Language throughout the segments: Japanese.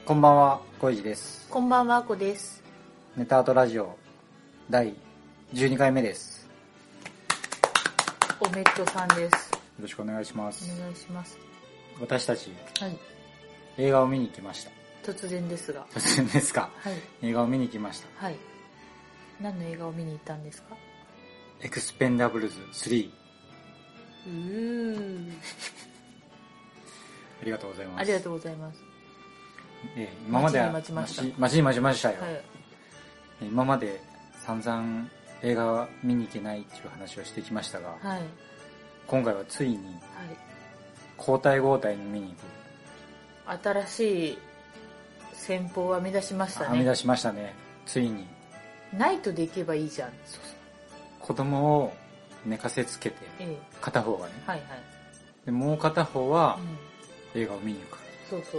こんばんは、小石です。 こんばんは、あこです。 ネタアートラジオ第12回目です。 おめっとさんです。よろしくお願いします。 お願いします。 私たち、 はい。 映画を見に行きました。 突然ですが。 突然ですか。 はい。 映画を見に行きました。 はい。何の映画を見に行ったんですか？ エクスペンダブルズ3。ありがとうございます。 ありがとうございます。 今までは待ちました。 待ちましたよ。 はい。 今まで散々映画見に行けないっていう話をしてきましたが、 はい。 今回はついにはい。 交代交代に見に行く。 新しい戦法を編み出しましたね。 編み出しましたね。ついに。 ナイトで行けばいいじゃん。 そうそう。子供を寝かせつけて、片方がね。 はいはい。 でもう片方は映画を見に行く。 そうそう。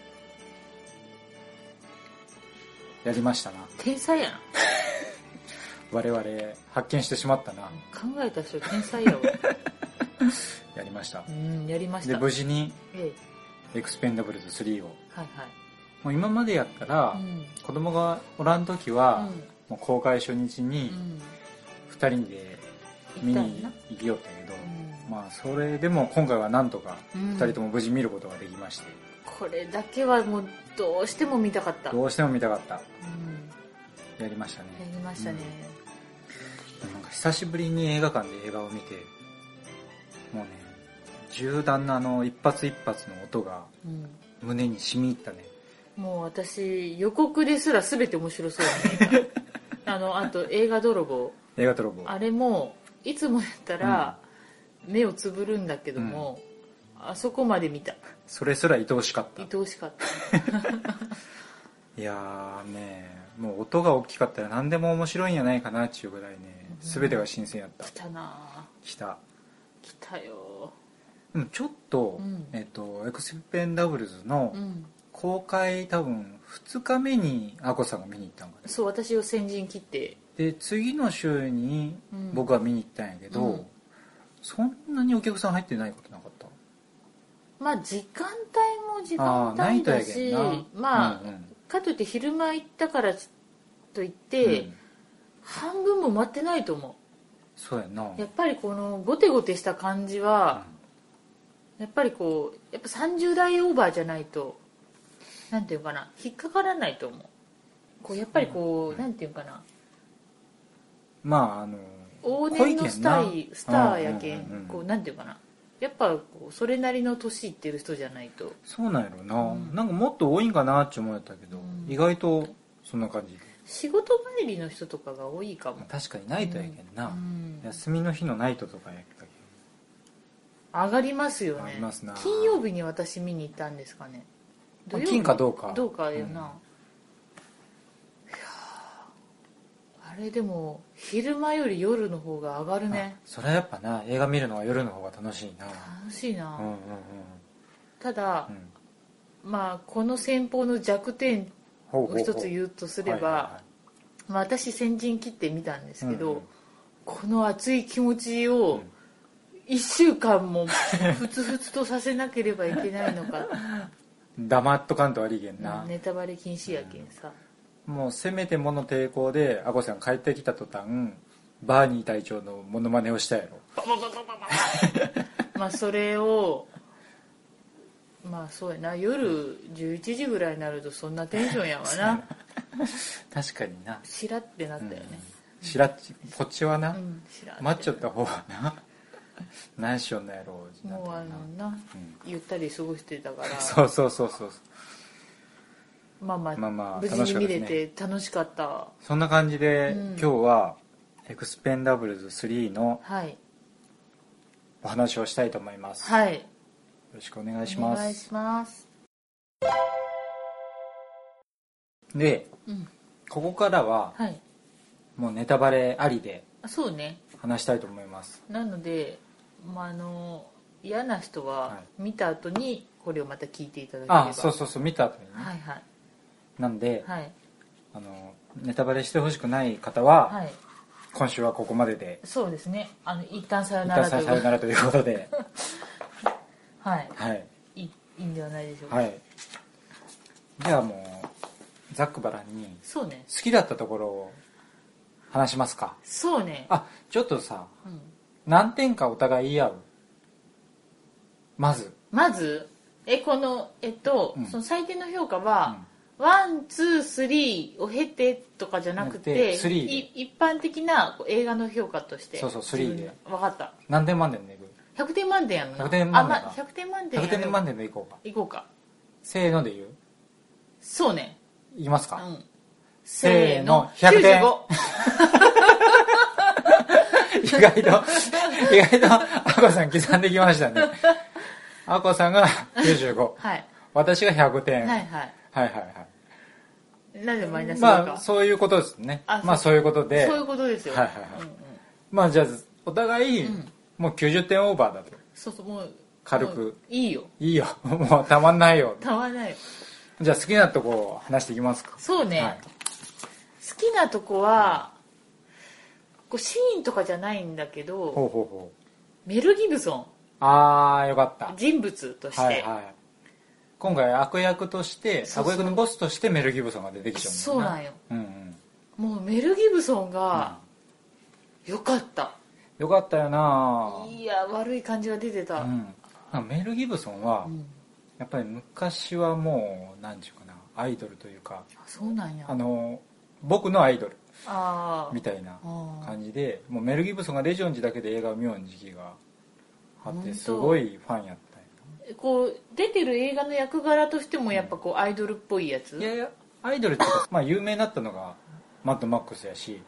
やりましたな。 天才やん。 我々発見してしまったな。 考えた人天才やわ。 やりました。 やりました。 で無事にエクスペンダブルズ3を。 はいはい。 もう今までやったら、子供がおらん時は、もう公開初日に2人で見に行きよったけど、まあそれでも今回はなんとか2人とも無事見ることができまして、 これだけはもうどうしても見たかった。 どうしても見たかった。やりましたね。 やりましたね。 なんか久しぶりに映画館で映画を見て、もうね、銃弾の一発一発の音が胸に染み入ったね。 もう私予告ですら全て面白そうだね。あと映画泥棒。 映画泥棒。あれもいつもやったら目をつぶるんだけども、あそこまで見た。 それすら愛おしかった。 愛おしかった。 いやーね、もう音が大きかったら何でも面白いんやないかなっていうぐらいね、全てが新鮮やった。 来たな。 来たよ。 でもちょっと、エクスペンダブルズの公開多分2日目にアコさんが見に行ったんかな。 そう、私を先陣切って。 で次の週に僕は見に行ったんやけど、そんなにお客さん入ってないことなかった？ まあ時間帯も時間帯だし、まあ、かといって昼間行ったからといって、半分も待ってないと思う。 そうやな。 やっぱりこのゴテゴテした感じは、やっぱりこうやっぱ30代オーバーじゃないとなんていうかな、引っかからないと思う。こうやっぱりこう、なんていうかな、 まあ往年のスターやけん、こうなんていうかな、やっぱこうそれなりの年いってる人じゃないと。 そうなんやろな、なんかもっと多いんかなって思ったけど、意外とそんな感じで。 仕事帰りの人とかが多いかも。 確かにナイトやけんな、休みの日のナイトとかやったけん上がりますよね。 上がりますな。 金曜日に私見に行ったんですかね。 金かどうかよな、いやあれでも昼間より夜の方が上がるね。 それはやっぱな、映画見るのは夜の方が楽しいな。 楽しいな、ただ、まあこの戦法の弱点を一つ言うとすれば、まあ、私先陣切ってみたんですけど、この熱い気持ちを1週間もふつふつとさせなければいけないのか。 黙っとかんと悪いけんな。 ネタバレ禁止やけんさ、 もうせめてもの抵抗でアコさん帰ってきた途端バーニー隊長のモノマネをしたやろ。 まあそれをまあそうやな、夜11時ぐらいになるとそんなテンションやわな。 確かにな。 しらってなったよね、 しらっちこっちはな、待っちゃった方はな、何しよんのやろう。 もうな、ゆったり過ごしてたから。 そうまあ無事に見れて楽しかった。 そんな感じで、今日はエクスペンダブルズ3のお話をしたいと思います。 はい、よろしくお願いします。 お願いします。 で、ここからは、もうネタバレありでそうね、 話したいと思います。 なので、嫌な人は見た後にこれをまた聞いていただければ。 そう見た後にね。なんで、ネタバレしてほしくない方は、今週はここまでで。 そうですね、一旦さよならということではい、いいんではないでしょうか。 じゃあもうざっくばらんにそうね、 好きだったところを話しますか。 そうね。 ちょっとさ、何点かお互い言い合う。まずこのその採点の評価は、ワン、ツー、スリーを経てとかじゃなくて、一般的な映画の評価として。 そう、スリーで。 分かった。 何点満点でいく ？100点満点やんな。 100点満点か。 100点満点。 100点満点でいこうか。 いこうか。 せーので言う？ そうね。 いきますか。 せーの、100点。 意外と、あこさん刻んできましたね。あこさんが95。 はい。 私が100点。 はい。なぜマイナスか。 そういうことですね。そういうことで。 そういうことですよ。 じゃあ、お互い、もう90点オーバーだと。 そう、もう。 軽く。 いいよ。 もうたまんないよ。 たまんないよ。 じゃあ好きなとこを話していきますか。 そうね。好きなとこは、シーンとかじゃないんだけど、メル・ギブソン。 よかった。 人物として。 今回悪役として、悪役のボスとしてメル・ギブソンが出てきちゃうんだそうなんよ。もうメル・ギブソンが、よかった。 よかったよな。 いや、悪い感じが出てた。 メル・ギブソンは、やっぱり昔はもう何て言うかな、アイドルというか、 そうなんや、 僕のアイドルみたいな感じで、もうメル・ギブソンがレジョン時だけで映画を見よう時期があって、すごいファンやった出てる映画の役柄としてもやっぱアイドルっぽいやつ。 いやアイドルっていうか有名になったのがマッドマックスやし、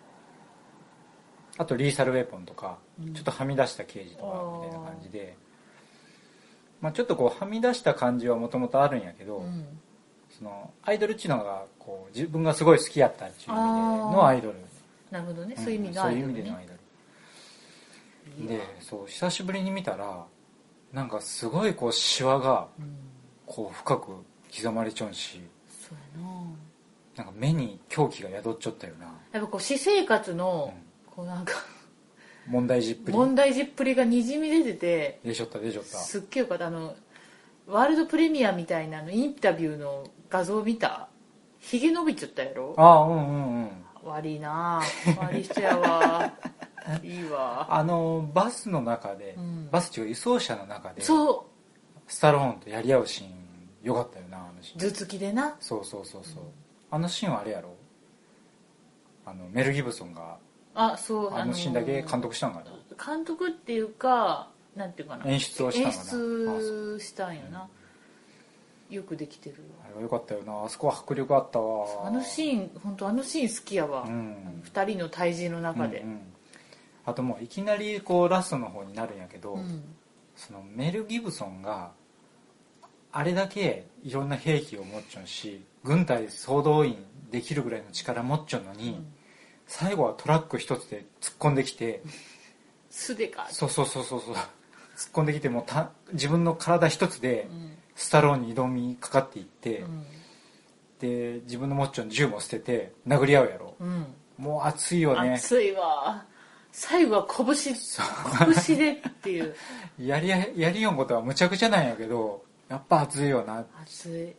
あとリーサルウェポンとか、ちょっとはみ出した刑事とかみたいな感じで、ちょっとはみ出した感じはもともとあるんやけど、そのアイドルっていうのが自分がすごい好きやったっていう意味でのアイドル。 なるほどね、そういう意味のアイドル、ね、 そういう意味でのアイドルで、久しぶりに見たらなんかすごいシワが深く刻まれちゃうし、 そうやな、 なんか目に狂気が宿っちゃったよな。 やっぱ私生活のなんか問題児っぷりがにじみ出てて、 出ちゃったすっげえよかった。ワールドプレミアみたいなインタビューの画像見た？ひげ伸びちゃったやろ。悪いな、悪い人やわ。いいわ。 バスの中で、バス違う輸送車の中でスタローンとやり合うシーンよかったよな。 頭突きでな。 そう、あのシーンはあれやろ、メル・ギブソンがあのシーンだけ監督したんかな。 監督っていうか、なんていうかな、 演出をしたんかな。 演出したんよな。よくできてる。 あれはよかったよな。あそこは迫力あったわ。 あのシーン好きやわ。2人の対峙の中で、 あともういきなりラストの方になるんやけど、そのメル・ギブソンがあれだけいろんな兵器を持っちゃうし、軍隊総動員できるぐらいの力持っちゃうのに、最後はトラック一つで突っ込んできて、 素手か。 そう突っ込んできて、もう自分の体一つでスタローンに挑みかかっていって、で自分の持っちゃう銃も捨てて殴り合うやろ、もう熱いよね。 熱いわ。最後は拳でっていうやりよんことはむちゃくちゃなんやけど、やっぱ熱いよな。 熱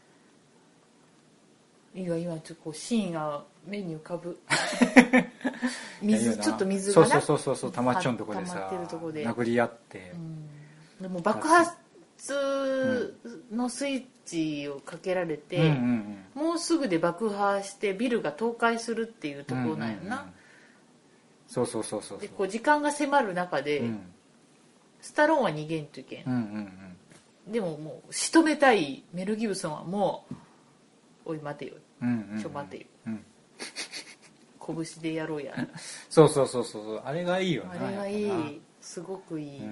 い。今ちょっとシーンが目に浮かぶ。ちょっと水がな、 そう溜まっちゃうとこでさ、殴り合って、 でも爆発のスイッチをかけられて、もうすぐで爆破してビルが倒壊するっていうところなんやな。 そうで時間が迫る中で、スタローンは逃げんといけん、でももう仕留めたいメル・ギブソンはもうおい待てよ、ちょ待てよ、拳でやろうや。 そうあれがいいよね。 あれがいい、すごくいい。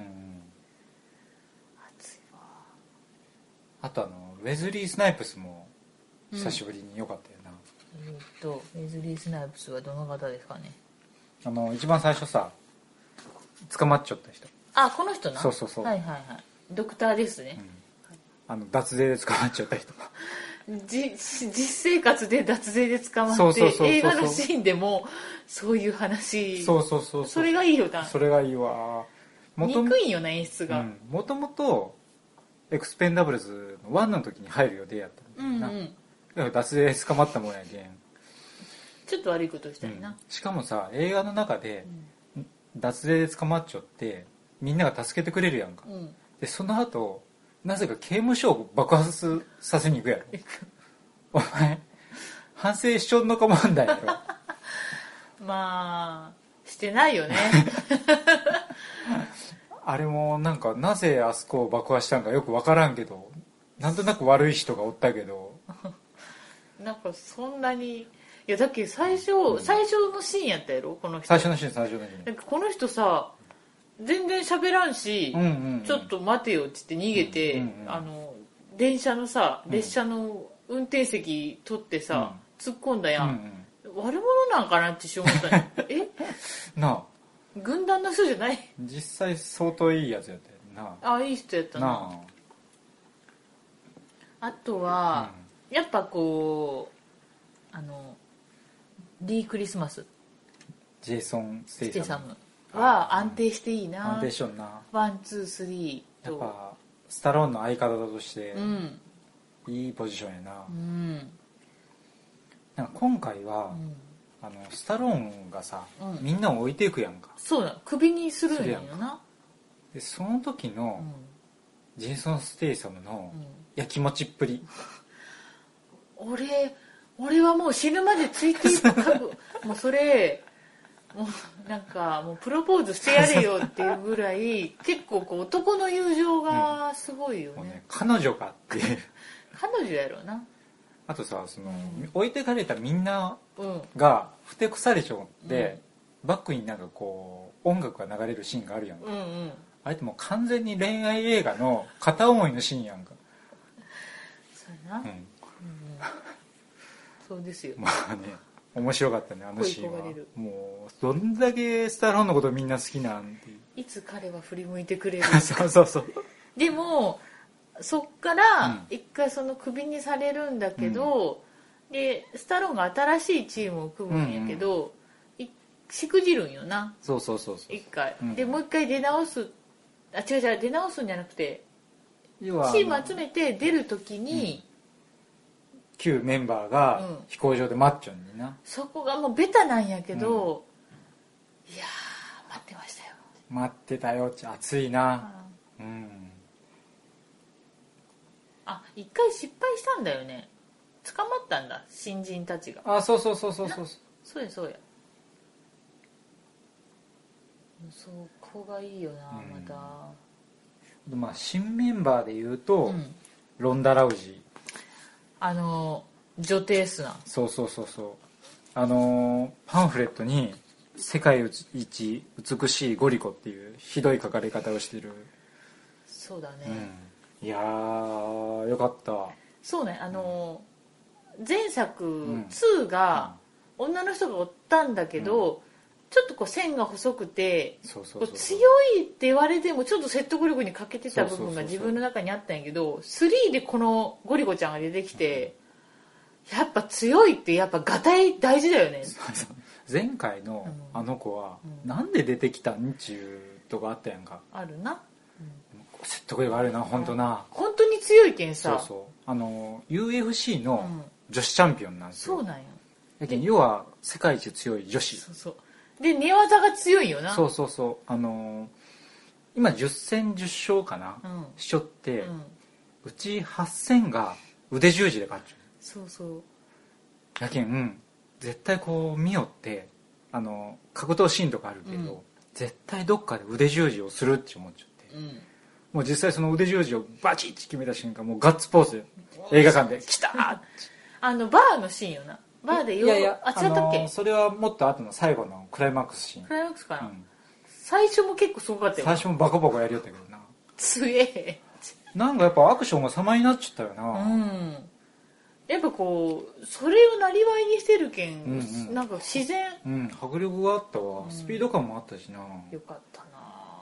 熱いわ。 あとウェズリー・スナイプスも久しぶりに良かったよな。 ウェズリー・スナイプスはどの方ですかね。 一番最初さ捕まっちゃった人。 この人な。 そうはいドクターですね、 脱税で捕まっちゃった人。 実生活で脱税で捕まって、映画のシーンでもそういう話。それがいいよな。 それがいいわ。 憎いよな、演出が。 もともとエクスペンダブルズの1の時に入る予定やったんだよな、だから脱税捕まったもんやけんちょっと悪いことしたりな、 しかもさ映画の中で、脱税で捕まっちゃってみんなが助けてくれるやんか、でその後なぜか刑務所を爆発させに行くやろお前反省しちょんのか問題やろまあしてないよねあれもなんかなぜあそこを爆破したんかよく分からんけどなんとなく悪い人がおったけどなんかそんなにいやだっけ最初のシーンやったやろこの人最初のシーンなんかこの人さ全然喋らんし、ちょっと待てよって言って逃げて、電車のさ列車の運転席取ってさ、突っ込んだやん、悪者なんかなって思ったんえなあ軍団の人じゃない実際相当いいやつやったよなあいい人やったなあとは、やっぱこうリー・クリスマスジェイソン・ステイサムは安定していいな安定しよんなワンツースリーとやっぱスタローンの相方として、いいポジションやな、なんか今回は、スタローンがさ、みんなを置いていくやんかそうだクビにするんやよなでその時の、ジェイソン・ステイサムのやきもちっぷり、 俺はもう死ぬまでついていく覚もうそれもうなんかもうプロポーズしてやれよっていうぐらい結構こう男の友情がすごいよね、 彼女がって彼女やろうなあとさその、置いてかれたみんながふてくされちゃって、バックになんかこう音楽が流れるシーンがあるやんか、あれってもう完全に恋愛映画の片思いのシーンやんかそうやな、そうですよまあね面白かったねあのシーンはもうどんだけスタローンのことみんな好きなんていつ彼は振り向いてくれるそうでもそっから一回そのクビにされるんだけど、でスタローンが新しいチームを組むんやけど、しくじるんよなそう一回、でもう一回出直す違う出直すんじゃなくてチーム集めて出る時に、 旧メンバーが飛行場で待っちゃうんにな、 そこがもうベタなんやけど、いやー待ってましたよ待ってたよ暑いな、 一回失敗したんだよね捕まったんだ新人たちがそうやそこがいいよな、 また新メンバーで言うと、ロンダ・ラウジー女帝っすなそうパンフレットに世界一美しいゴリコっていうひどい書かれ方をしてるそうだね、 いやーよかったそうね前作2が女の人がおったんだけど、ちょっとこう線が細くて強いって言われてもちょっと説得力に欠けてた部分が自分の中にあったんやけど3でこのゴリコちゃんが出てきて、やっぱ強いってやっぱガタイ大事だよね前回のあの子はなんで出てきたんちゅうとかあったやんかあるな、 説得力あるな本当な本当に強いけんさ UFC の女子チャンピオンなんですよ、 そうなんよだけど要は世界一強い女子で寝技が強いよなそう今10戦10勝かな、しちょって、うち8戦が腕十字で勝っちゃうそうやけん絶対こう見よって格闘シーンとかあるけど、絶対どっかで腕十字をするって思っちゃって、もう実際その腕十字をバチッて決めた瞬間もうガッツポーズ映画館で来たーバーのシーンよなバーで違ったっけそれはもっと後の最後のクライマックスシーンクライマックスかな、最初も結構すごかったよ最初もバカバカやりよったけどな強えなんかやっぱアクションが様になっちゃったよなやっぱこうそれをなりわいにしてるけん、なんか自然迫力があったわ、スピード感もあったしなよかったな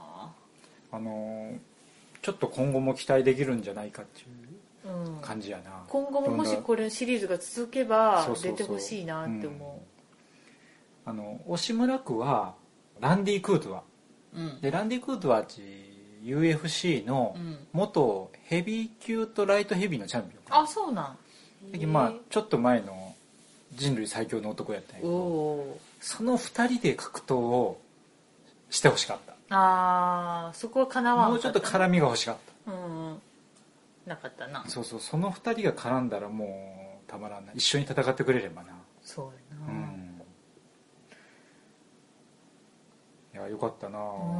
ちょっと今後も期待できるんじゃないかっていう感じやな、 今後ももしこれシリーズが続けば出てほしいなって思う押村区はランディ・クートゥア、でランディ・クートゥアって UFC の元ヘビー級とライトヘビーのチャンピオン。 あ、そうなん。 まあちょっと前の人類最強の男やったんやけど、その2人で格闘をしてほしかった。 ああ、そこはかなわんかった。 もうちょっと絡みが欲しかった。 なかったな。 そうそう、その2人が絡んだらもうたまらんな。一緒に戦ってくれればな。 そうやな。 いや、よかったな。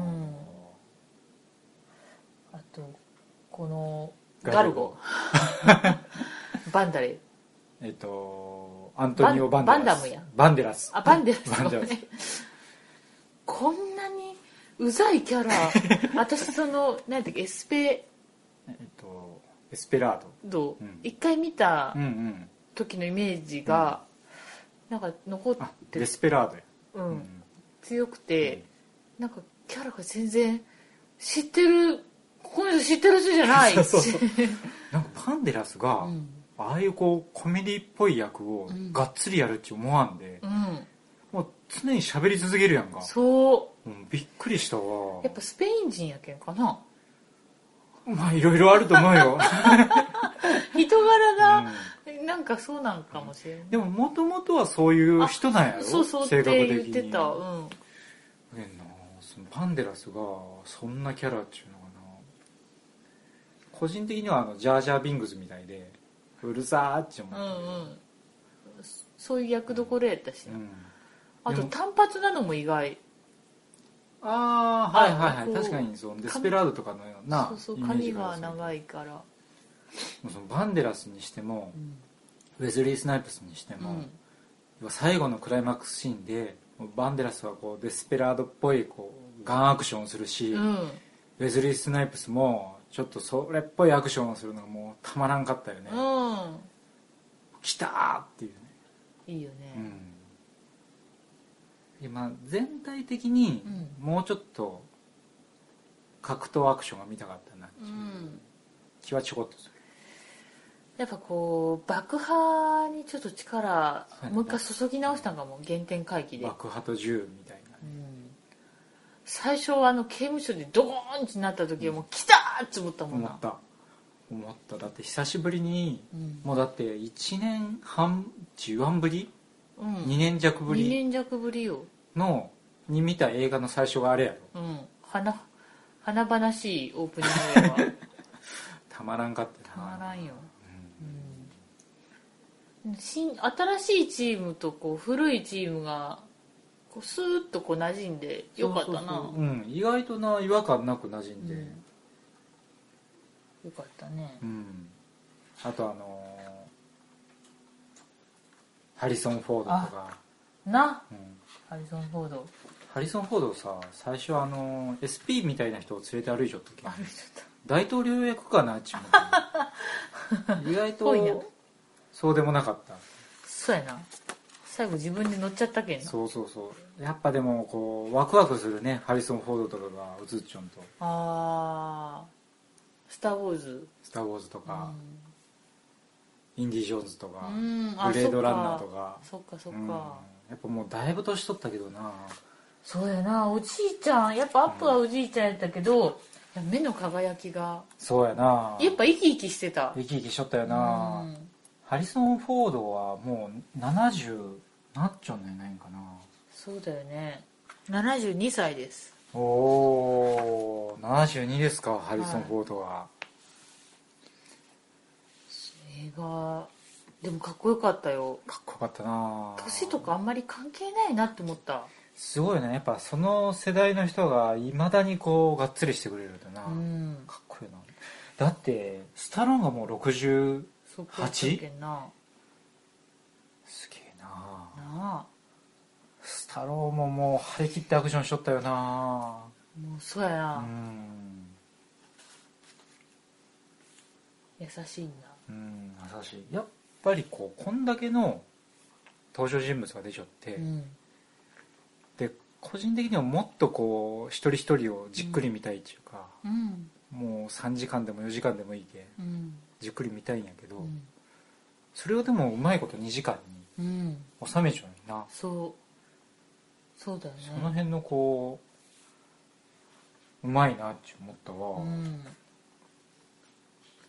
あとこのガルゴバンダレ、 アントニオ・バンデラス。 バンダムや。 バンデラス。 あ、バンデラス。こんなにうざいキャラ私何だっけ、エスペラード、 一回見た時のイメージがなんか残ってる。 デスペラードや、 強くて、なんかキャラが全然知ってる、この人知ってる人じゃないそうなんかバンデラスが、ああいうこうコメディっぽい役をがっつりやるって思わんで、もう常に喋り続けるやんか。 そう、 びっくりしたわ。 やっぱスペイン人やけんかな。 まあいろいろあると思うよ人柄が、なんかそうなんかもしれない。 でももともとはそういう人なんやろ。 そうって言ってた。 バンデラスがそんなキャラっていうのかな。個人的にはジャージャー・ビングズみたいでうるさーって思って、 そういう役どころやったしな、あと単発なのも意外。 ああ、はいはいはい、確かにそうデスペラードとかのような髪が長いから。 そのバンデラスにしても、ウェズリー・スナイプスにしても、最後のクライマックスシーンでバンデラスはこうデスペラードっぽいこうガンアクションをするし、ウェズリー・スナイプスもちょっとそれっぽいアクションをするのがもうたまらんかったよね。来たーっていうね。 いいよね。 今全体的にもうちょっと格闘アクションが見たかったなっていう気はちょこっとする。 やっぱこう爆破にちょっと力もう一回注ぎ直したのがもう原点回帰で、 爆破と銃みたいな、 最初刑務所でドーンってなった時はもう来たーって思ったもんな。 思った。だって久しぶりに、もうだって1年半10万ぶり、2年弱ぶり 2年弱ぶりよに見た映画の最初があれやろ。 華々しいオープニングはたまらんかったな。 たまらんよ。新しいチームとこう古いチームがこうスーッとこう馴染んでよかったな。 意外とな違和感なく馴染んで、 よかったね。 あとハリソン・フォードとかな、ハリソン・フォードさ、最初SP みたいな人を連れて歩いちゃったっけ。大統領役かなって思って意外とそうでもなかった。 そうやな、最後自分で乗っちゃったけんな。 そうやっぱでもこうワクワクするね、ハリソン・フォードとかが映っちゃうと。 スター・ウォーズとか、インディ・ジョーンズとか、ブレードランナーとか。 そっか、 やっぱもうだいぶ年取ったけどな。 そうやな、おじいちゃん、やっぱアップはおじいちゃんやったけど、目の輝きがそうやな、 やっぱ生き生きしてた。 生き生きしとったよな。ハリソン・フォードはもう70なっちゃうんじゃないかな。 そうだよね、72歳です。 おお、72ですか、ハリソン・フォードは。 映画でもかっこよかったよ。 かっこよかったな。 年とかあんまり関係ないなって思った。 すごいね、やっぱその世代の人がいまだにこうがっつりしてくれるとな、かっこいいな。だってスタローンがもう 68？ すげえなあ。スタローンももう張り切ってアクションしとったよな。もうそうやな。優しいんだ。 優しい。やっぱりこんだけの登場人物が出ちゃって、で個人的にはもっとこう一人一人をじっくり見たいっていうか、もう3時間でも4時間でもいいけ、じっくり見たいんやけど、それをでもうまいこと2時間に収めちゃうよな。 そうだよね。 その辺のこううまいなって思ったわ。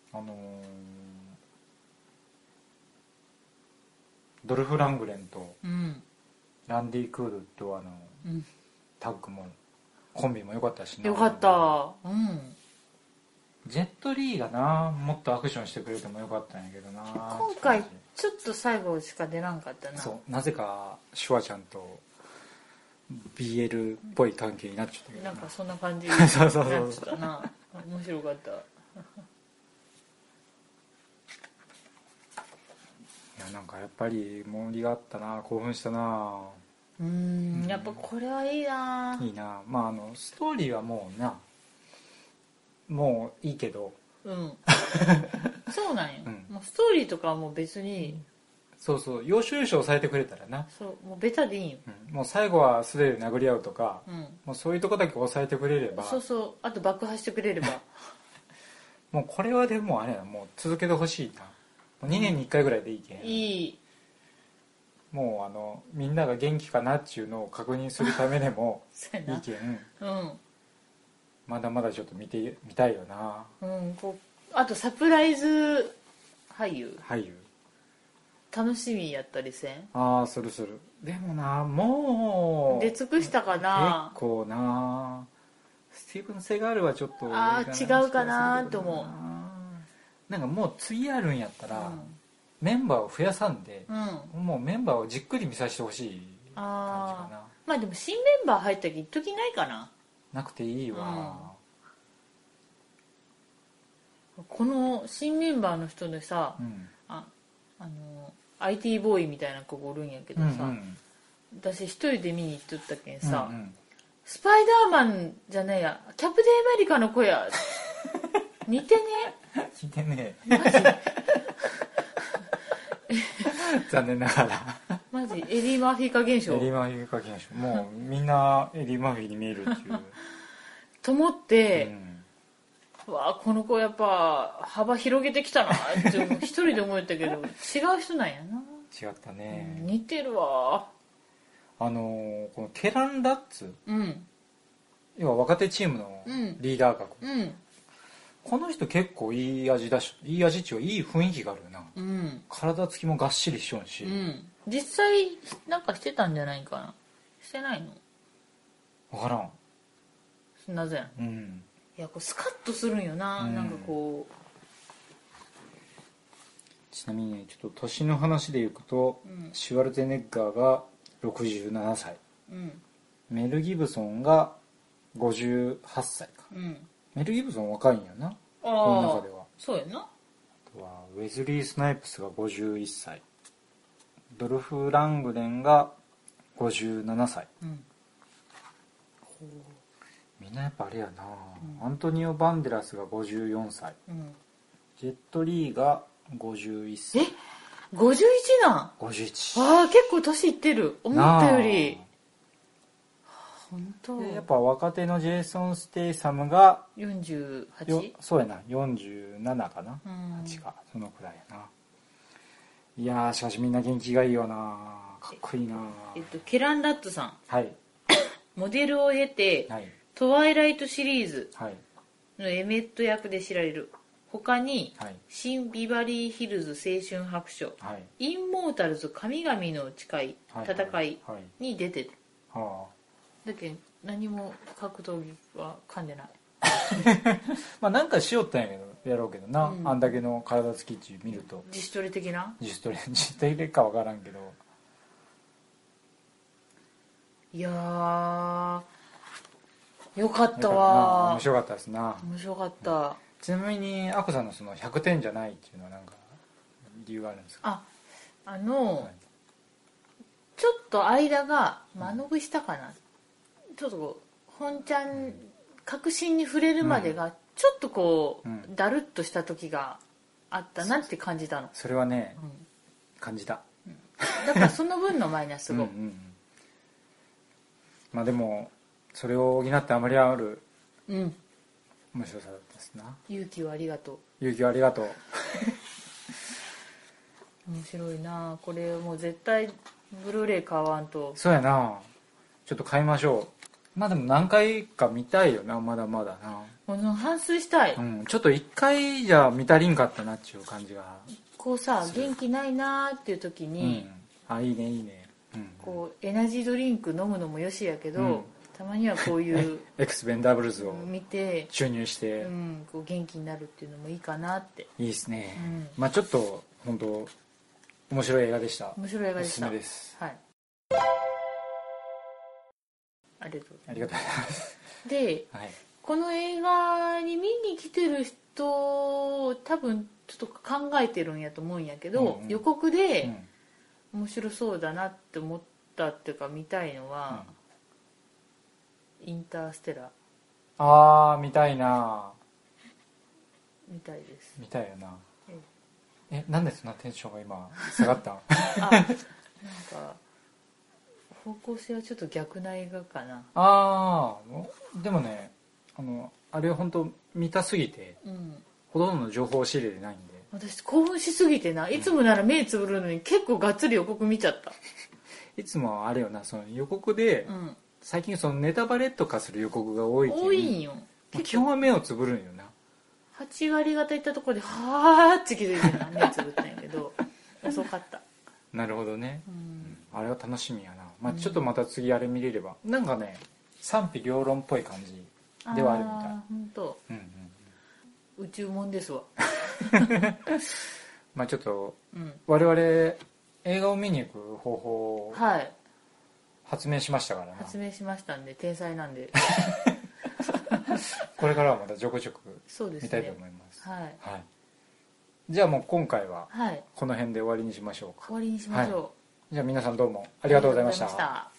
ドルフ・ラングレンとうん、 ランディ・クールとうん、 タッグもコンビも良かったしな。 よかった。うん。 ジェットリーがなもっとアクションしてくれてもよかったんやけどな。 今回ちょっと最後しか出らんかったな。 そうなぜかシュワちゃんと BL っぽい関係になっちゃったけどなんかそんな感じになっちゃったな。面白かった。いやなんかやっぱり盛りがあったな、興奮したな。 やっぱこれはいいな。 いいな。まあストーリーはもうなもういいけど、 うん、そうなんよ、 うん、 もうストーリーとかはもう別に、 そうそう要所要所抑えてくれたらな、 そうもうベタでいいよ、 もう最後は素手で殴り合うとか、もうそういうとこだけ抑えてくれれば、 そうそうあと爆破してくれればもうこれはでもあれやな、もう続けてほしいな。もう2年に1回ぐらいでいいけん、 いい。 もうみんなが元気かなっていうのを確認するためでもいいけんまだまだちょっと見たいよな。 あとサプライズ俳優楽しみやったりせん？ ああするでもな、もう出尽くしたかな。 結構な。スティーブン・セガールはちょっと違うかなと思う。 なんかもう次やるんやったら、メンバーを増やさんで、もうメンバーをじっくり見させてほしい感じかな。 まあでも新メンバー入った時一時ないかな。 なくていいわ、 この新メンバーの人でさ、IT ボーイみたいな子がおるんやけどさ、私一人で見に行っとったけんさ、スパイダーマンじゃねえやキャプテンアメリカの子や似てね似てねマジ残念ながらマジエリー・マーフィー化現象もうみんなエリー・マーフィーに見えるっていうと思って、わあこの子やっぱ幅広げてきたなって一人で思ったけど違う人なんやな。 違ったね、 似てるわ。 このケラン・ラッツ、要は若手チームのリーダー格、この人結構いい味だし、いい味っていうかいい雰囲気があるよな、体つきもがっしりしちゃうし、 実際なんかしてたんじゃないかな。してないの分からんなぜ、いやこうスカッとするんよな、なんかこう。 ちなみに、ね、ちょっと年の話でいくと、シュワルツェネッガーが67歳、メル・ギブソンが58歳か、メル・ギブソン若いんやな、この中では。 そうやな。あとはウェズリー・スナイプスが51歳、ドルフ・ラングレンが57歳、みんなやっぱあれやな、アントニオ・バンデラスが54歳、ジェット・リーが51歳。 51なん。 51。 ああ結構年いってる思ったより。本当。 でやっぱ若手のジェイソン・ステイサムが 48？ そうやな、47かな、8かそのくらいやな。いやーしかしみんな元気がいいよな、かっこいいな。 ケラン・ラッツさん、モデルを経て、トワイライトシリーズのエメット役で知られる。他に、新ビバリーヒルズ青春白書、インモータルズ神々の誓い、戦いに出てる、だけど何も格闘技は噛んでないまあなんかしよったんやけどやろうけどな、あんだけの体つきっち見ると自主トレ的な自主トレか分からんけど、 いやよかったわ。 面白かったですな。 面白かった。 ちなみにアコさんのその100点じゃないっていうのは何か理由があるんですか？ ちょっと間が間延びしたかな、ちょっと本ちゃん確信に触れるまでがちょっとこう、だるっとした時があったなって感じたの。 それはね、感じた、 だからその分のマイナス5 まあでもそれを補ってあまりある面白さですな。 勇気をありがとう。勇気をありがとう。 面白いなこれ。もう絶対ブルーレイ買わんと。 そうやな、ちょっと買いましょう。 まあでも何回か見たいよな、まだまだな。 反芻したい、 ちょっと一回じゃ見たりんかったなっていう感じがこうさ、元気ないなーっていう時に、 あ、いいねいいね、 こうエナジードリンク飲むのもよしやけど、たまにはこういうエクスペンダブルズを見て注入して、 こう元気になるっていうのもいいかなって。 いいですね、まあちょっと本当面白い映画でした。 面白い映画でした。 おすすめです。 はい、ありがとうございます。 で、この映画に見に来てる人多分ちょっと考えてるんやと思うんやけど、予告で面白そうだなって思ったっていうか見たいのは、インターステラー。 ああ、見たいな。 見たいです。 見たいよな。なんでそんなテンションが今下がったんなんか方向性はちょっと逆な映画かな。 ああ、でもね、あれ本当見たすぎて、ほとんどの情報を仕入れてないんで。 私興奮しすぎてな、いつもなら目つぶるのに結構がっつり予告見ちゃった。 いつもあれよな、その予告で、最近そのネタバレとかする予告が多いけど、 多いんよ。 基本は目をつぶるんよな。 8割方いったところではーって気づいてな、目つぶったんやけど遅かった。 なるほどね、あれは楽しみやな。まあ、ちょっとまた次あれ見れれば、なんかね賛否両論っぽい感じではあるみたい。 本当。宇宙もんですわまあちょっと、我々映画を見に行く方法を発明しましたからな。 発明しましたんで、天才なんでこれからはまたちょこちょこ見たいと思います。 はい、 じゃあもう今回はこの辺で終わりにしましょうか。 終わりにしましょう。 じゃあ皆さんどうもありがとうございました。